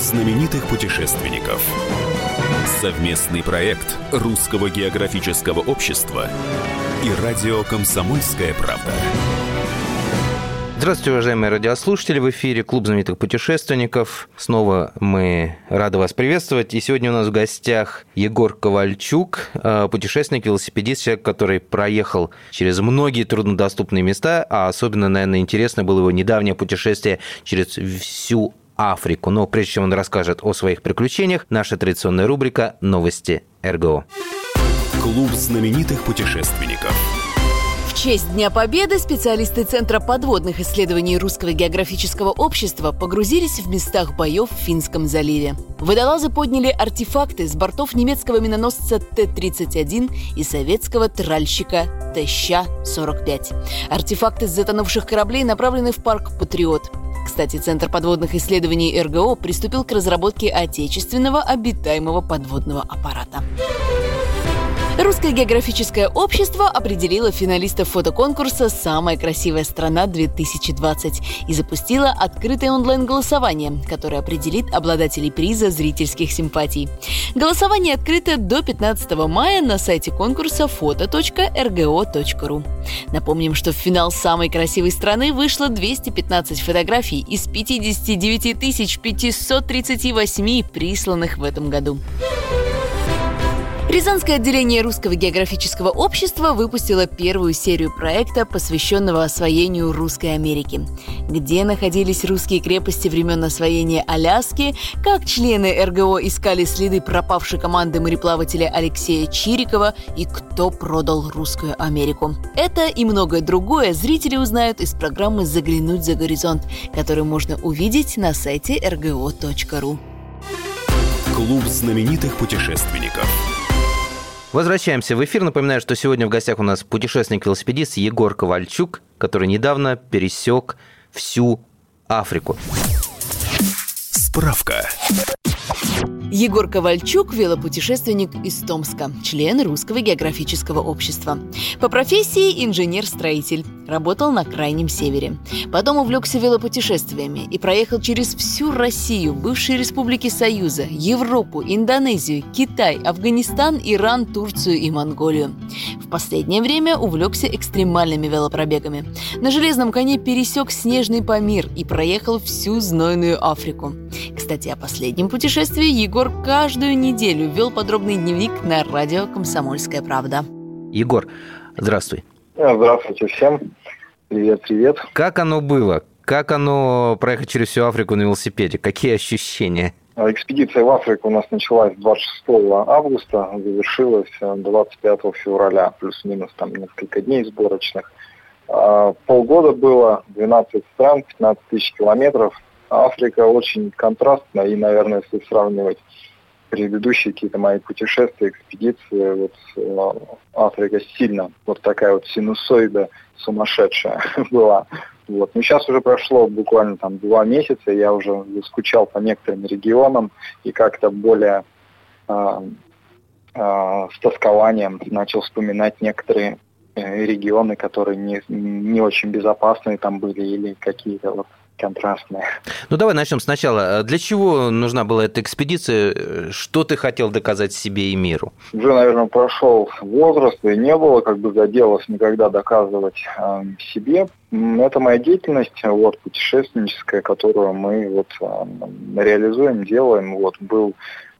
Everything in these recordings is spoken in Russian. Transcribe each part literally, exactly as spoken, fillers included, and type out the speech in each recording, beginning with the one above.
знаменитых путешественников. Совместный проект Русского географического общества и радио «Комсомольская правда». Здравствуйте, уважаемые радиослушатели. В эфире Клуб знаменитых путешественников. Снова мы рады вас приветствовать. И сегодня у нас в гостях Егор Ковальчук, путешественник, велосипедист, человек, который проехал через многие труднодоступные места, а особенно, наверное, интересно было его недавнее путешествие через всю Африку. Но прежде чем он расскажет о своих приключениях, наша традиционная рубрика «Новости эр гэ о». Клуб знаменитых путешественников. В честь Дня Победы специалисты Центра подводных исследований Русского географического общества погрузились в местах боев в Финском заливе. Водолазы подняли артефакты с бортов немецкого миноносца Тэ тридцать один и советского тральщика Тэ Ща сорок пять. Артефакты с затонувших кораблей направлены в парк «Патриот». Кстати, Центр подводных исследований эр гэ о приступил к разработке отечественного обитаемого подводного аппарата. Русское географическое общество определило финалистов фотоконкурса «Самая красивая страна-две тысячи двадцать» и запустило открытое онлайн-голосование, которое определит обладателей приза зрительских симпатий. Голосование открыто до пятнадцатого мая на сайте конкурса фото точка эр гэ о точка ру. Напомним, что в финал «Самой красивой страны» вышло двести пятнадцать фотографий из пятьдесят девять тысяч пятьсот тридцать восемь присланных в этом году. Рязанское отделение Русского географического общества выпустило первую серию проекта, посвященного освоению Русской Америки. Где находились русские крепости времен освоения Аляски, как члены эр гэ о искали следы пропавшей команды мореплавателя Алексея Чирикова и кто продал Русскую Америку. Это и многое другое зрители узнают из программы «Заглянуть за горизонт», которую можно увидеть на сайте эр гэ о точка ру. Клуб знаменитых путешественников. Возвращаемся в эфир. Напоминаю, что сегодня в гостях у нас путешественник-велосипедист Егор Ковальчук, который недавно пересек всю Африку. Справка. Егор Ковальчук – велопутешественник из Томска, член Русского географического общества. По профессии инженер-строитель. Работал на Крайнем Севере. Потом увлекся велопутешествиями и проехал через всю Россию, бывшие республики Союза, Европу, Индонезию, Китай, Афганистан, Иран, Турцию и Монголию. В последнее время увлекся экстремальными велопробегами. На железном коне пересек снежный Памир и проехал всю знойную Африку. Кстати, о последнем путешествии Егор каждую неделю вел подробный дневник на радио «Комсомольская правда». Егор, здравствуй. Здравствуйте всем. Привет, привет. Как оно было? Как оно проехать через всю Африку на велосипеде? Какие ощущения? Экспедиция в Африку у нас началась двадцать шестого августа, завершилась двадцать пятого февраля, плюс-минус там несколько дней сборочных. Полгода было, двенадцать стран, пятнадцать тысяч километров. Африка очень контрастна, и, наверное, если сравнивать предыдущие какие-то мои путешествия, экспедиции, вот Африка сильно, вот такая вот синусоида сумасшедшая была. Вот. Но сейчас уже прошло буквально там два месяца, я уже скучал по некоторым регионам и как-то более э, э, с тоскованием начал вспоминать некоторые э, регионы, которые не, не очень безопасные там были или какие-то вот контрастные. Ну, давай начнем сначала. Для чего нужна была эта экспедиция? Что ты хотел доказать себе и миру? Уже, наверное, прошел возраст, и не было как бы заделов никогда доказывать э, себе. Это моя деятельность, вот, путешественническая, которую мы вот э, реализуем, делаем. Вот, был,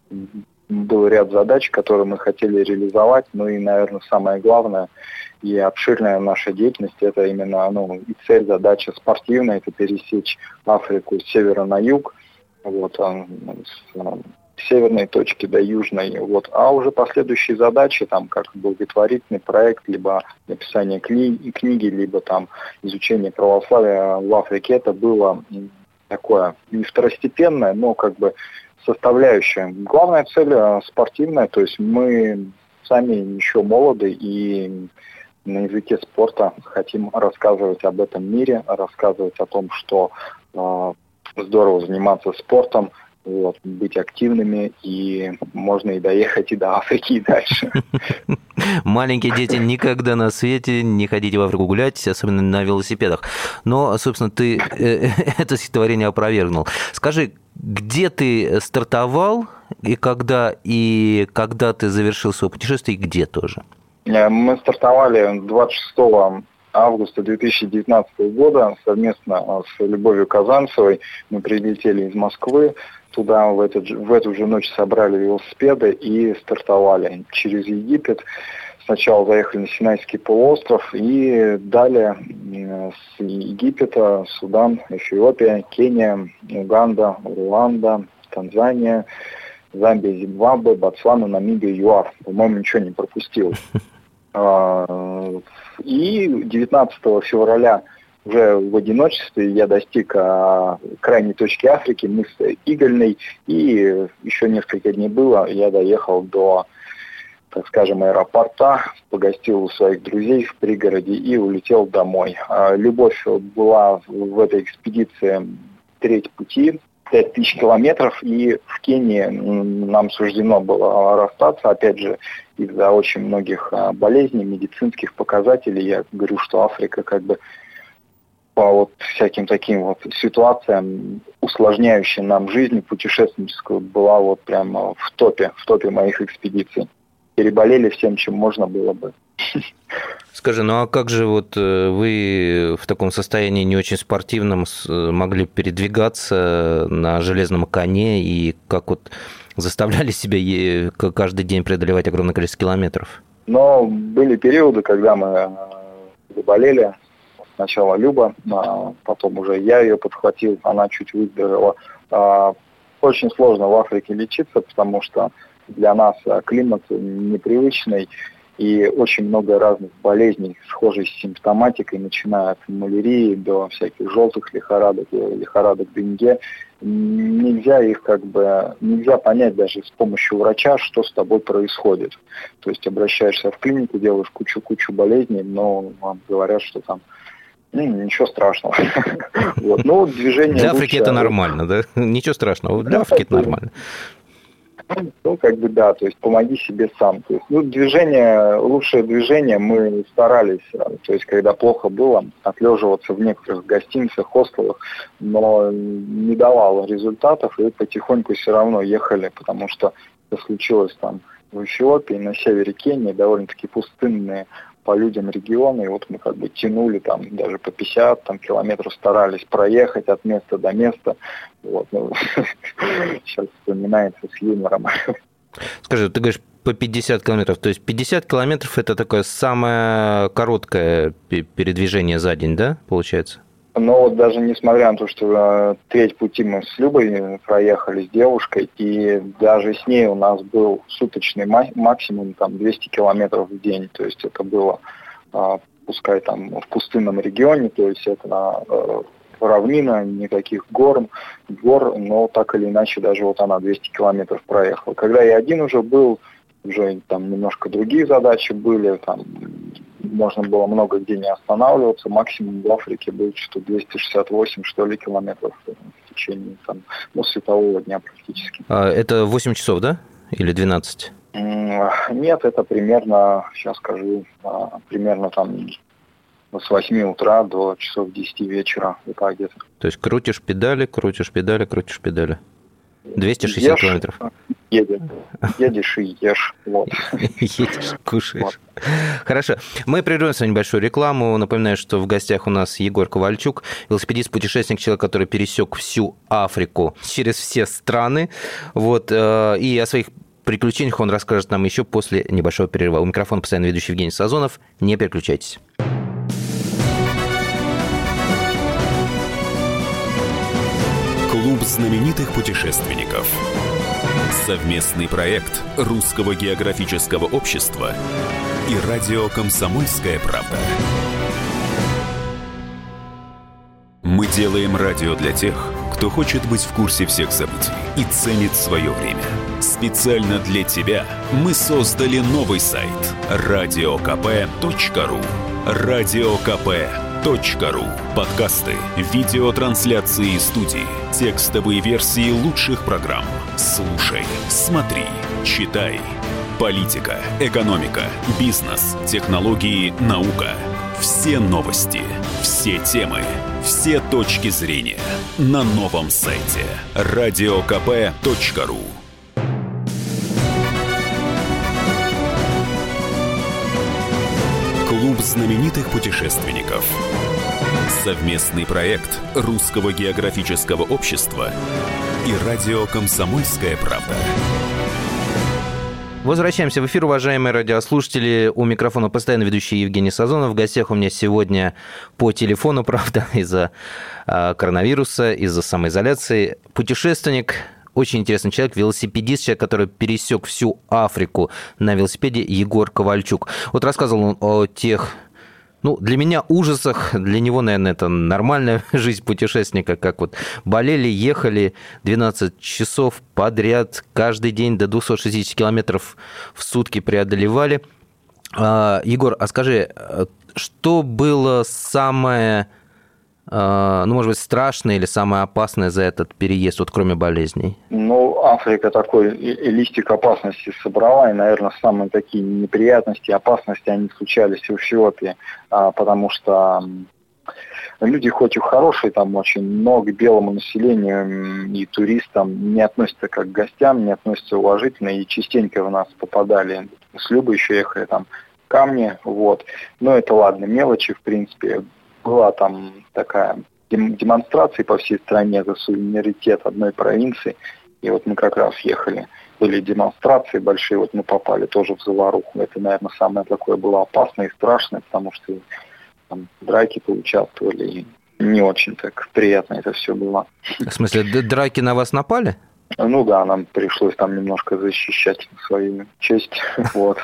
был ряд задач, которые мы хотели реализовать. Ну и, наверное, самое главное и обширная наша деятельность, это именно, ну, и цель, задача спортивная, это пересечь Африку с севера на юг, вот, с северной точки до южной, вот, а уже последующие задачи, там, как благотворительный проект, либо написание кни- книги, либо там изучение православия в Африке, это было такое не второстепенное, но как бы составляющая. Главная цель спортивная, то есть мы сами еще молоды и на языке спорта хотим рассказывать об этом мире, рассказывать о том, что э, здорово заниматься спортом, вот, быть активными, и можно и доехать и до Африки, и дальше. Маленькие дети никогда на свете не ходите в Африку гулять, особенно на велосипедах. Но, собственно, ты это стихотворение опровергнул. Скажи, где ты стартовал, и когда, и когда ты завершил свое путешествие, и где тоже? Мы стартовали двадцать шестого августа две тысячи девятнадцатого года совместно с Любовью Казанцевой. Мы прилетели из Москвы. Туда в, этот, в эту же ночь собрали велосипеды и стартовали через Египет. Сначала заехали на Синайский полуостров и далее с Египета, Судан, Эфиопия, Кения, Уганда, Руанда, Танзания, Замбия, Зимбабве, Ботсвана, Намибия, ЮАР. По-моему, ничего не пропустил. И девятнадцатого февраля уже в одиночестве я достиг а, крайней точки Африки, мыс Игольный, и еще несколько дней было, я доехал до, так скажем, аэропорта, погостил у своих друзей в пригороде и улетел домой. А, любовь была в этой экспедиции треть пути, пять тысяч километров, и в Кении нам суждено было расстаться, опять же, из-за очень многих болезней, медицинских показателей. Я говорю, что Африка как бы по вот всяким таким вот ситуациям, усложняющим нам жизнь путешественническую, была вот прямо в топе, в топе моих экспедиций. Переболели всем, чем можно было бы. Скажи, ну а как же вот вы в таком состоянии не очень спортивном могли передвигаться на железном коне, и как вот заставляли себя каждый день преодолевать огромное количество километров? Но были периоды, когда мы заболели. Сначала Люба, а потом уже я ее подхватил, она чуть выздоровела. Очень сложно в Африке лечиться, потому что для нас климат непривычный, и очень много разных болезней, схожей с симптоматикой, начиная от малярии до всяких желтых лихорадок, лихорадок денге. Нельзя их как бы, нельзя понять даже с помощью врача, что с тобой происходит. То есть обращаешься в клинику, делаешь кучу-кучу болезней, но вам говорят, что там ну, ничего страшного. Вот. Ну, движение для Африки это нормально, да? Ничего страшного, для Африки это нормально. Ну, как бы да, то есть помоги себе сам. То есть, ну, движение, лучшее движение мы старались, то есть когда плохо было, отлеживаться в некоторых гостиницах, хостелах, но не давало результатов, и потихоньку все равно ехали, потому что это случилось там в Эфиопии, на севере Кении, довольно-таки пустынные по людям регионы, и вот мы как бы тянули там даже по пятьдесят там, километров, старались проехать от места до места. Вот, ну, сейчас вспоминается с юмором. Скажи, ты говоришь по пятьдесят километров, то есть пятьдесят километров это такое самое короткое передвижение за день, да, получается? Но вот даже несмотря на то, что э, треть пути мы с Любой проехали, с девушкой, и даже с ней у нас был суточный максимум там двести километров в день. То есть это было, э, пускай там в пустынном регионе, то есть это э, равнина, никаких гор, гор, но так или иначе даже вот она двести километров проехала. Когда я один уже был, уже там немножко другие задачи были, там можно было много где не останавливаться. Максимум в Африке был что двести шестьдесят восемь, что ли, километров в течение там, ну, светового дня практически. А это восемь часов, да? Или двенадцать? Нет, это примерно, сейчас скажу, примерно там с восьми утра до часов десяти вечера. Вот где-то. То есть крутишь педали, крутишь педали, крутишь педали. двести шестьдесят ешь, километров. Едешь, едешь и ешь. Вот. Едешь, кушаешь. Вот. Хорошо. Мы прервемся на небольшую рекламу. Напоминаю, что в гостях у нас Егор Ковальчук, велосипедист, путешественник, человек, который пересек всю Африку через все страны. Вот. И о своих приключениях он расскажет нам еще после небольшого перерыва. У микрофона постоянно ведущий Евгений Сазонов. Не переключайтесь. Клуб знаменитых путешественников. Совместный проект Русского географического общества и радио «Комсомольская правда». Мы делаем радио для тех, кто хочет быть в курсе всех событий и ценит свое время. Специально для тебя мы создали новый сайт радио ка пэ точка ру. радио ка пэ точка ру. Подкасты, видеотрансляции студии, текстовые версии лучших программ. Слушай, смотри, читай. Политика, экономика, бизнес, технологии, наука. Все новости, все темы, все точки зрения на новом сайте радио ка пэ точка ру. Клуб знаменитых путешественников. Совместный проект Русского географического общества и радио «Комсомольская правда». Возвращаемся в эфир, уважаемые радиослушатели. У микрофона постоянно ведущий Евгений Сазонов. В гостях у меня сегодня по телефону, правда, из-за коронавируса, из-за самоизоляции, путешественник, очень интересный человек, велосипедист, человек, который пересек всю Африку на велосипеде, Егор Ковальчук. Вот рассказывал он о тех... Ну, для меня ужасах, для него, наверное, это нормальная жизнь путешественника, как вот болели, ехали двенадцать часов подряд, каждый день до двести шестьдесят километров в сутки преодолевали. Егор, а скажи, что было самое, ну, может быть, страшное или самое опасное за этот переезд, вот кроме болезней? Ну, Африка такой листик опасности собрала, и, наверное, самые такие неприятности, опасности, они случались в Эфиопии, потому что люди хоть и хорошие, там очень много белому населению и туристам не относятся как к гостям, не относятся уважительно, и частенько в нас попадали, с Любой еще ехали там камни, вот. Но это ладно, мелочи, в принципе. Была там такая демонстрация по всей стране за суверенитет одной провинции. И вот мы как раз ехали. Были демонстрации большие, вот мы попали тоже в заваруху. Это, наверное, самое такое было опасное и страшное, потому что там драки поучаствовали. И не очень так приятно это все было. В смысле, драки на вас напали? Ну да, нам пришлось там немножко защищать свою честь, вот,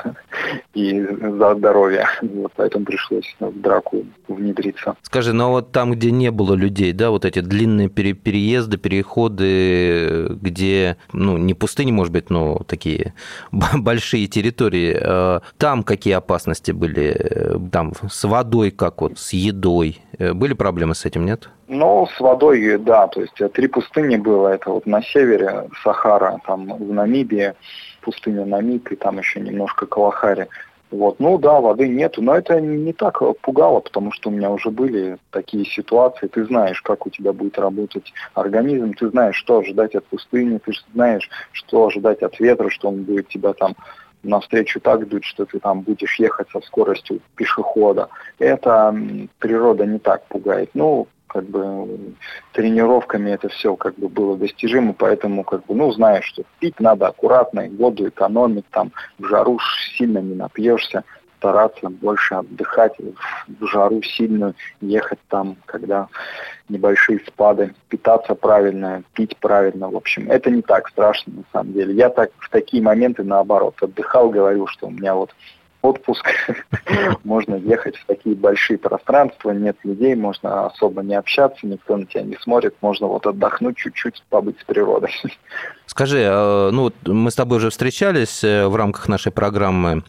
и за здоровье, вот, поэтому пришлось в драку внедриться. Скажи, ну вот там, где не было людей, да, вот эти длинные пере- переезды, переходы, где, ну, не пустыни, может быть, но такие большие территории, там какие опасности были? Там с водой как вот, с едой? Были проблемы с этим, нет? Ну, с водой, да, то есть три пустыни было, это вот на севере Сахара, там в Намибии, пустыня Намиб, и там еще немножко Калахари. Вот, ну да, воды нету, но это не так пугало, потому что у меня уже были такие ситуации, ты знаешь, как у тебя будет работать организм, ты знаешь, что ожидать от пустыни, ты знаешь, что ожидать от ветра, что он будет тебя там навстречу так дуть, что ты там будешь ехать со скоростью пешехода. Это природа не так пугает. Ну, как бы тренировками это все как бы было достижимо, поэтому как бы, ну, знаешь, что пить надо аккуратно, воду экономить, там в жару сильно не напьешься, стараться больше отдыхать, в жару сильную ехать там, когда небольшие спады, питаться правильно, пить правильно, в общем, это не так страшно на самом деле. Я так в такие моменты наоборот отдыхал, говорил, что у меня вот отпуск, можно ехать в такие большие пространства, нет людей, можно особо не общаться, никто на тебя не смотрит, можно вот отдохнуть чуть-чуть, побыть с природой. Скажи, ну мы с тобой уже встречались в рамках нашей программы,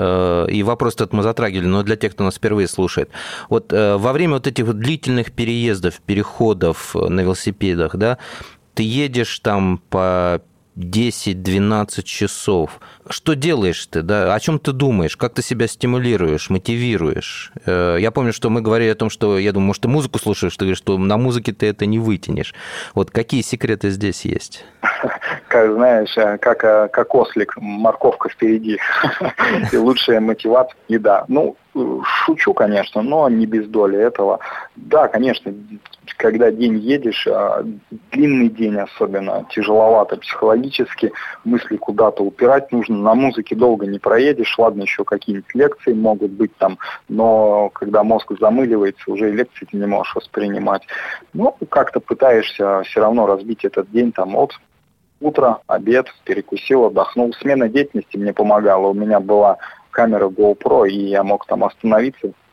и вопрос этот мы затрагивали, но для тех, кто нас впервые слушает. Вот во время вот этих вот длительных переездов, переходов на велосипедах, да, ты едешь там по десять-двенадцать часов. Что делаешь ты, да? О чем ты думаешь? Как ты себя стимулируешь, мотивируешь? Я помню, что мы говорили о том, что, я думаю, может, ты музыку слушаешь, ты говоришь, что на музыке ты это не вытянешь. Вот какие секреты здесь есть? Как, знаешь, как, как ослик, морковка впереди. И лучшая мотивация – еда. Ну, шучу, конечно, но не без доли этого. Да, конечно, когда день едешь, длинный день особенно, тяжеловато психологически, мысли куда-то упирать нужно, на музыке долго не проедешь, ладно, еще какие-нибудь лекции могут быть там, но когда мозг замыливается, уже и лекции ты не можешь воспринимать. Ну, как-то пытаешься все равно разбить этот день там от утра, обед, перекусил, отдохнул. Смена деятельности мне помогала, у меня была камера GoPro, и я мог там остановиться,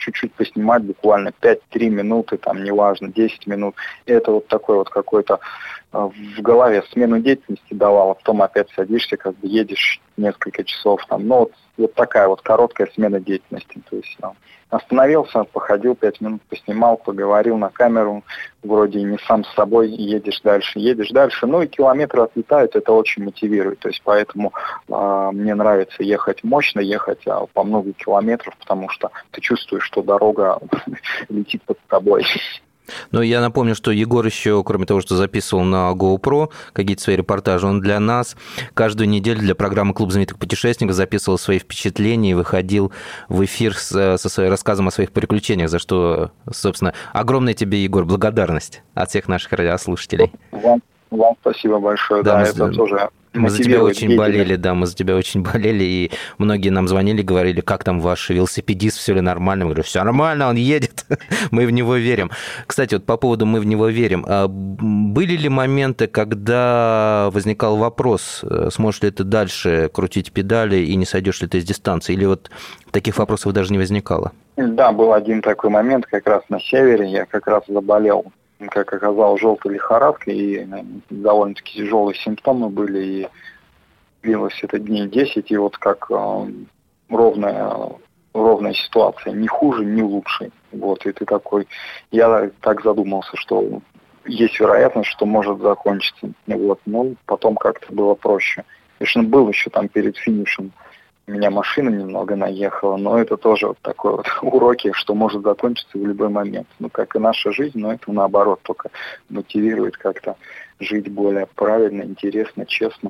чуть-чуть поснимать, буквально пять-три минуты, там, неважно, десять минут. И это вот такой вот какой-то в голове смену деятельности давало, потом опять садишься, как бы едешь несколько часов там. Ну, вот, вот такая вот короткая смена деятельности. То есть остановился, походил пять минут, поснимал, поговорил на камеру, вроде не сам с собой, едешь дальше, едешь дальше. Ну и километры отлетают, это очень мотивирует. То есть поэтому э, мне нравится ехать мощно, ехать а, по много километров, потому что ты чувствуешь, что дорога летит под тобой. Ну, я напомню, что Егор еще, кроме того, что записывал на GoPro какие-то свои репортажи, он для нас каждую неделю для программы «Клуб знаменитых путешественников» записывал свои впечатления и выходил в эфир с, со своим рассказом о своих приключениях, за что, собственно, огромная тебе, Егор, благодарность от всех наших радиослушателей. Вам, вам спасибо большое, да, да это тоже... Мы за тебя очень болели, да, мы за тебя очень болели, и многие нам звонили, говорили, как там ваш велосипедист, все ли нормально? Мы говорим, все нормально, он едет, мы в него верим. Кстати, вот по поводу «мы в него верим», были ли моменты, когда возникал вопрос, сможешь ли ты дальше крутить педали и не сойдешь ли ты с дистанции, или вот таких вопросов даже не возникало? Да, был один такой момент, как раз на севере, я как раз заболел, как оказалось, желтой лихорадкой, и довольно-таки тяжелые симптомы были, и длилось это дней десять, и вот как э, ровная, ровная ситуация, ни хуже, ни лучше. Вот, и ты такой, я так задумался, что есть вероятность, что может закончиться. Вот, ну, потом как-то было проще. Конечно, был еще там перед финишем, у меня машина немного наехала, но это тоже вот такой вот уроки, что может закончиться в любой момент. Ну, как и наша жизнь, но это наоборот только мотивирует как-то жить более правильно, интересно, честно.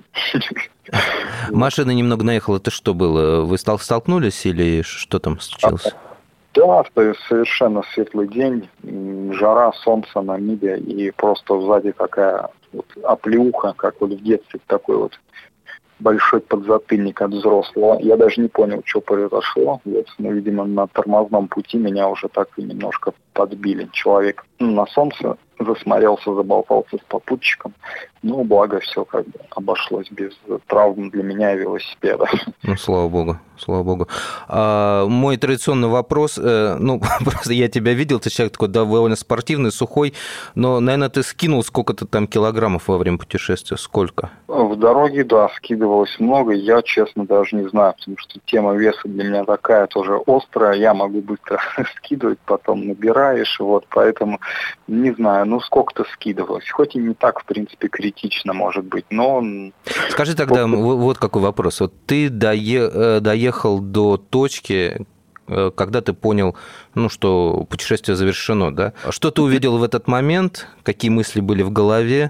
Машина немного наехала, это что было? Вы столкнулись или что там случилось? Да, совершенно светлый день, жара, солнце на небе, и просто сзади такая вот оплеуха, как вот в детстве, такой вот большой подзатыльник от взрослого. Я даже не понял, что произошло. Вот, ну, видимо, на тормозном пути меня уже так и немножко подбили. Человек на солнце засмотрелся, заболтался с попутчиком. Ну, благо, все как бы обошлось без травм для меня и велосипеда. Ну, слава богу, слава богу. А, мой традиционный вопрос, э, ну, просто я тебя видел, ты человек такой довольно спортивный, сухой, но, наверное, ты скинул сколько-то там килограммов во время путешествия? Сколько? В дороге, да, скидывалось много. Я, честно, даже не знаю, потому что тема веса для меня такая тоже острая. Я могу быстро скидывать, потом набираешь, вот, поэтому не знаю. Ну, сколько-то скидывалось. Хоть и не так, в принципе, критично, может быть, но... Скажи тогда, вот какой вопрос. Вот ты дое... доехал до точки, когда ты понял, ну, что путешествие завершено, да? Что ты увидел в этот момент? Какие мысли были в голове?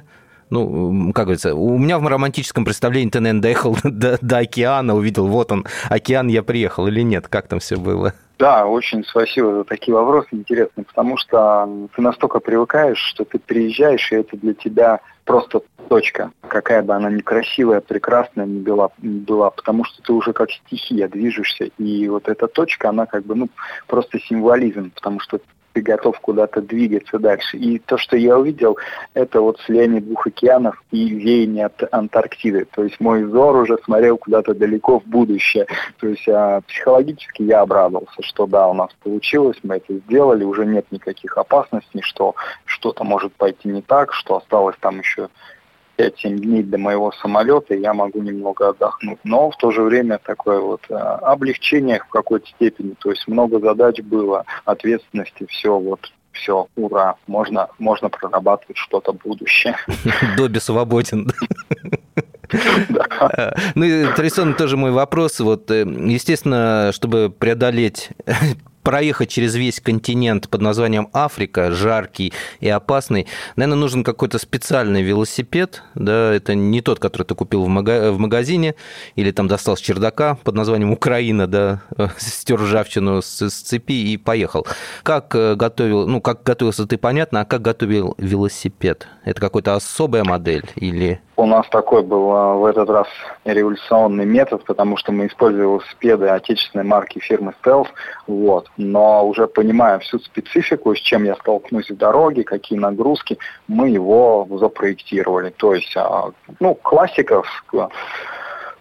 Ну, как говорится, у меня в романтическом представлении ты, наверное, доехал до, до океана, увидел, вот он, океан, я приехал, или нет? Как там все было? Да, очень спасибо за такие вопросы интересные, потому что ты настолько привыкаешь, что ты приезжаешь, и это для тебя просто точка, какая бы она ни красивая, прекрасная ни была, была, потому что ты уже как стихия движешься, и вот эта точка, она как бы, ну, просто символизм, потому что ты готов куда-то двигаться дальше. И то, что я увидел, это вот слияние двух океанов и веяние от Антарктиды. То есть мой взор уже смотрел куда-то далеко в будущее. То есть а, психологически я обрадовался, что да, у нас получилось, мы это сделали, уже нет никаких опасностей, что что-то может пойти не так, что осталось там еще пять-семь дней до моего самолета, и я могу немного отдохнуть. Но в то же время такое вот а, облегчение в какой-то степени. То есть много задач было, ответственности, все вот, все, ура, можно, можно прорабатывать что-то будущее. Добби свободен. Ну и традиционно тоже мой вопрос. Вот, естественно, чтобы преодолеть... проехать через весь континент под названием Африка, жаркий и опасный, наверное, нужен какой-то специальный велосипед, да, это не тот, который ты купил в магазине или там достал с чердака под названием Украина, да, стер ржавчину с цепи и поехал. Как готовил, ну, как готовился ты, понятно, а как готовил велосипед? Это какая-то особая модель или... У нас такой был в этот раз революционный метод, потому что мы использовали велосипеды отечественной марки фирмы Stealth, вот. Но уже понимая всю специфику, с чем я столкнусь в дороге, какие нагрузки, мы его запроектировали. То есть, ну, классика,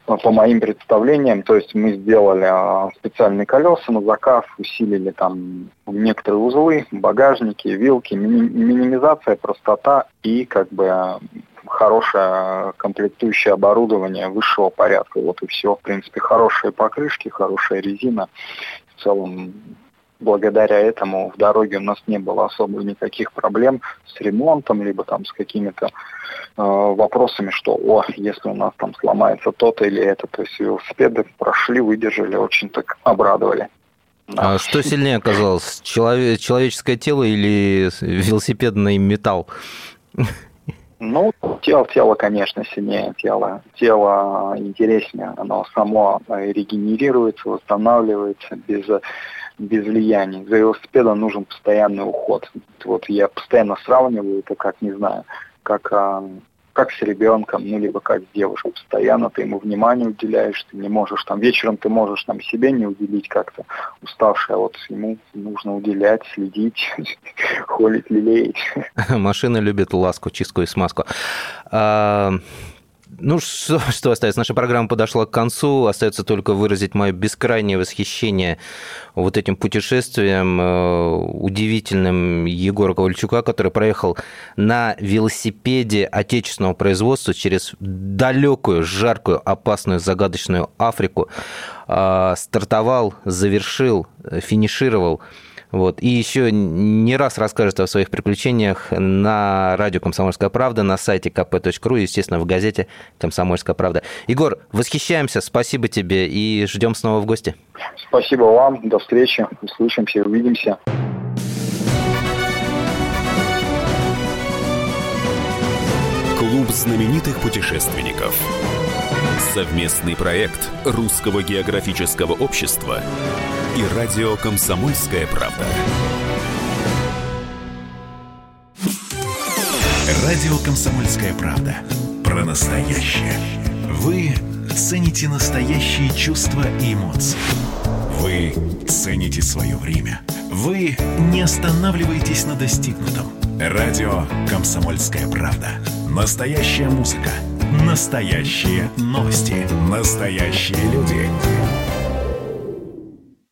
по моим представлениям, то есть мы сделали специальные колеса на заказ, усилили там некоторые узлы, багажники, вилки, ми- минимизация, простота и как бы хорошее комплектующее оборудование высшего порядка. Вот и все. В принципе, хорошие покрышки, хорошая резина. В целом, благодаря этому в дороге у нас не было особо никаких проблем с ремонтом, либо там с какими-то э, вопросами, что, о, если у нас там сломается то-то или это. То есть велосипеды прошли, выдержали, очень так обрадовали. Да. А что сильнее оказалось, человек, человеческое тело или велосипедный металл? Ну, тело, тело, конечно, сильнее тело. Тело интереснее, оно само регенерируется, восстанавливается без, без влияний. За велосипедом нужен постоянный уход. Вот я постоянно сравниваю это, как, не знаю, как, как с ребенком, ну, либо как с девушкой. Постоянно ты ему внимание уделяешь, ты не можешь, там, вечером ты можешь там себе не уделить как-то уставший, а вот ему нужно уделять, следить, холить, лелеять. Машина любит ласку, чистку и смазку. А, ну, что, что остается? Наша программа подошла к концу. Остается только выразить мое бескрайнее восхищение вот этим путешествием удивительным Егора Ковальчука, который проехал на велосипеде отечественного производства через далекую, жаркую, опасную, загадочную Африку. Стартовал, завершил, финишировал. Вот. И еще не раз расскажет о своих приключениях на радио «Комсомольская правда», на сайте ка пэ точка ру и, естественно, в газете «Комсомольская правда». Егор, восхищаемся, спасибо тебе и ждем снова в гости. Спасибо вам, до встречи, услышимся, увидимся. Клуб знаменитых путешественников. Совместный проект Русского географического общества и радио «Комсомольская правда». Радио «Комсомольская правда». Про настоящее. Вы цените настоящие чувства и эмоции. Вы цените свое время. Вы не останавливаетесь на достигнутом. Радио «Комсомольская правда». Настоящая музыка. Настоящие новости. Настоящие люди.